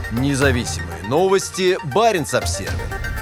Независимые новости. Баренц-Обсервис.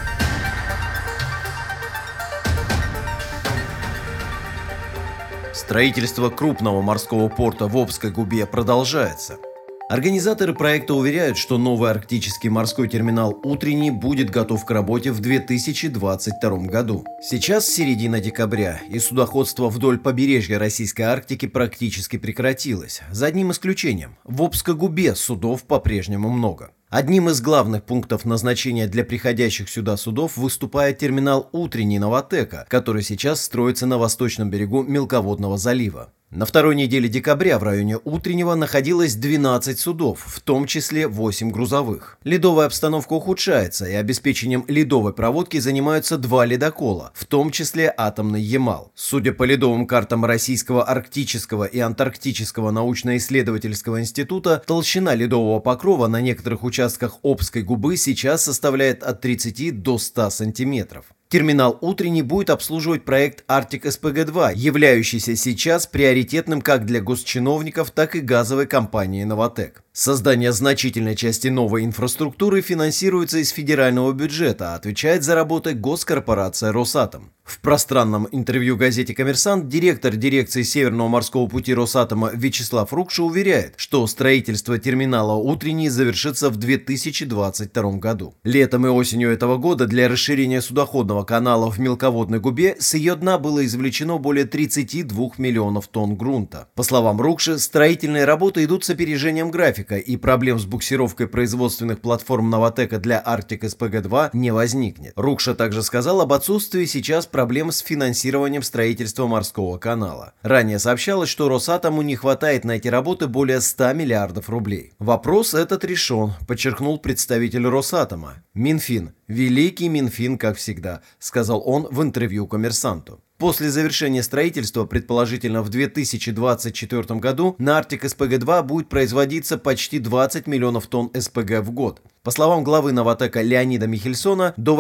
Строительство крупного морского порта в Обской губе продолжается. Организаторы проекта уверяют, что новый арктический морской терминал «Утренний» будет готов к работе в 2022 году. Сейчас середина декабря, и судоходство вдоль побережья Российской Арктики практически прекратилось. За одним исключением – в Обской губе судов по-прежнему много. Одним из главных пунктов назначения для приходящих сюда судов выступает терминал «Утренний» Новатэка, который сейчас строится на восточном берегу Мелководного залива. На второй неделе декабря в районе Утреннего находилось 12 судов, в том числе 8 грузовых. Ледовая обстановка ухудшается, и обеспечением ледовой проводки занимаются 2 ледокола, в том числе атомный «Ямал». Судя по ледовым картам Российского арктического и антарктического научно-исследовательского института, толщина ледового покрова на некоторых участках Обской губы сейчас составляет от 30 до 100 сантиметров. Терминал «Утренний» будет обслуживать проект «Арктик-СПГ-2», являющийся сейчас приоритетным как для госчиновников, так и газовой компании «Новатэк». Создание значительной части новой инфраструктуры финансируется из федерального бюджета, а отвечает за работы госкорпорация «Росатом». В пространном интервью газете «Коммерсант» директор дирекции Северного морского пути «Росатома» Вячеслав Рукша уверяет, что строительство терминала «Утренний» завершится в 2022 году. Летом и осенью этого года для расширения судоходного канала в Мелководной губе с ее дна было извлечено более 32 миллионов тонн грунта. По словам Рукши, строительные работы идут с опережением графика, и проблем с буксировкой производственных платформ «Новатэка» для «Арктик-СПГ-2» не возникнет. Рукша также сказал об отсутствии сейчас проблем с финансированием строительства морского канала. Ранее сообщалось, что Росатому не хватает на эти работы более 100 миллиардов рублей. Вопрос этот решен, подчеркнул представитель Росатома. Минфин. Великий Минфин, как всегда, сказал он в интервью «Коммерсанту». После завершения строительства, предположительно в 2024 году, на «Арктик-СПГ-2» будет производиться почти 20 миллионов тонн СПГ в год. По словам главы «Новатэка» Леонида Михельсона, до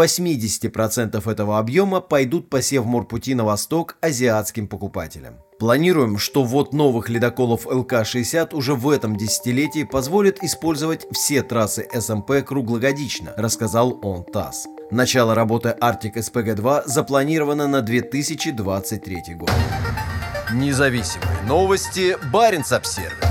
80% этого объема пойдут по Севморпути на восток азиатским покупателям. Планируем, что ввод новых ледоколов ЛК-60 уже в этом десятилетии позволит использовать все трассы СМП круглогодично, рассказал он ТАСС. Начало работы «Арктик-СПГ-2» запланировано на 2023 год. Независимые новости. Баренц-Обсервис.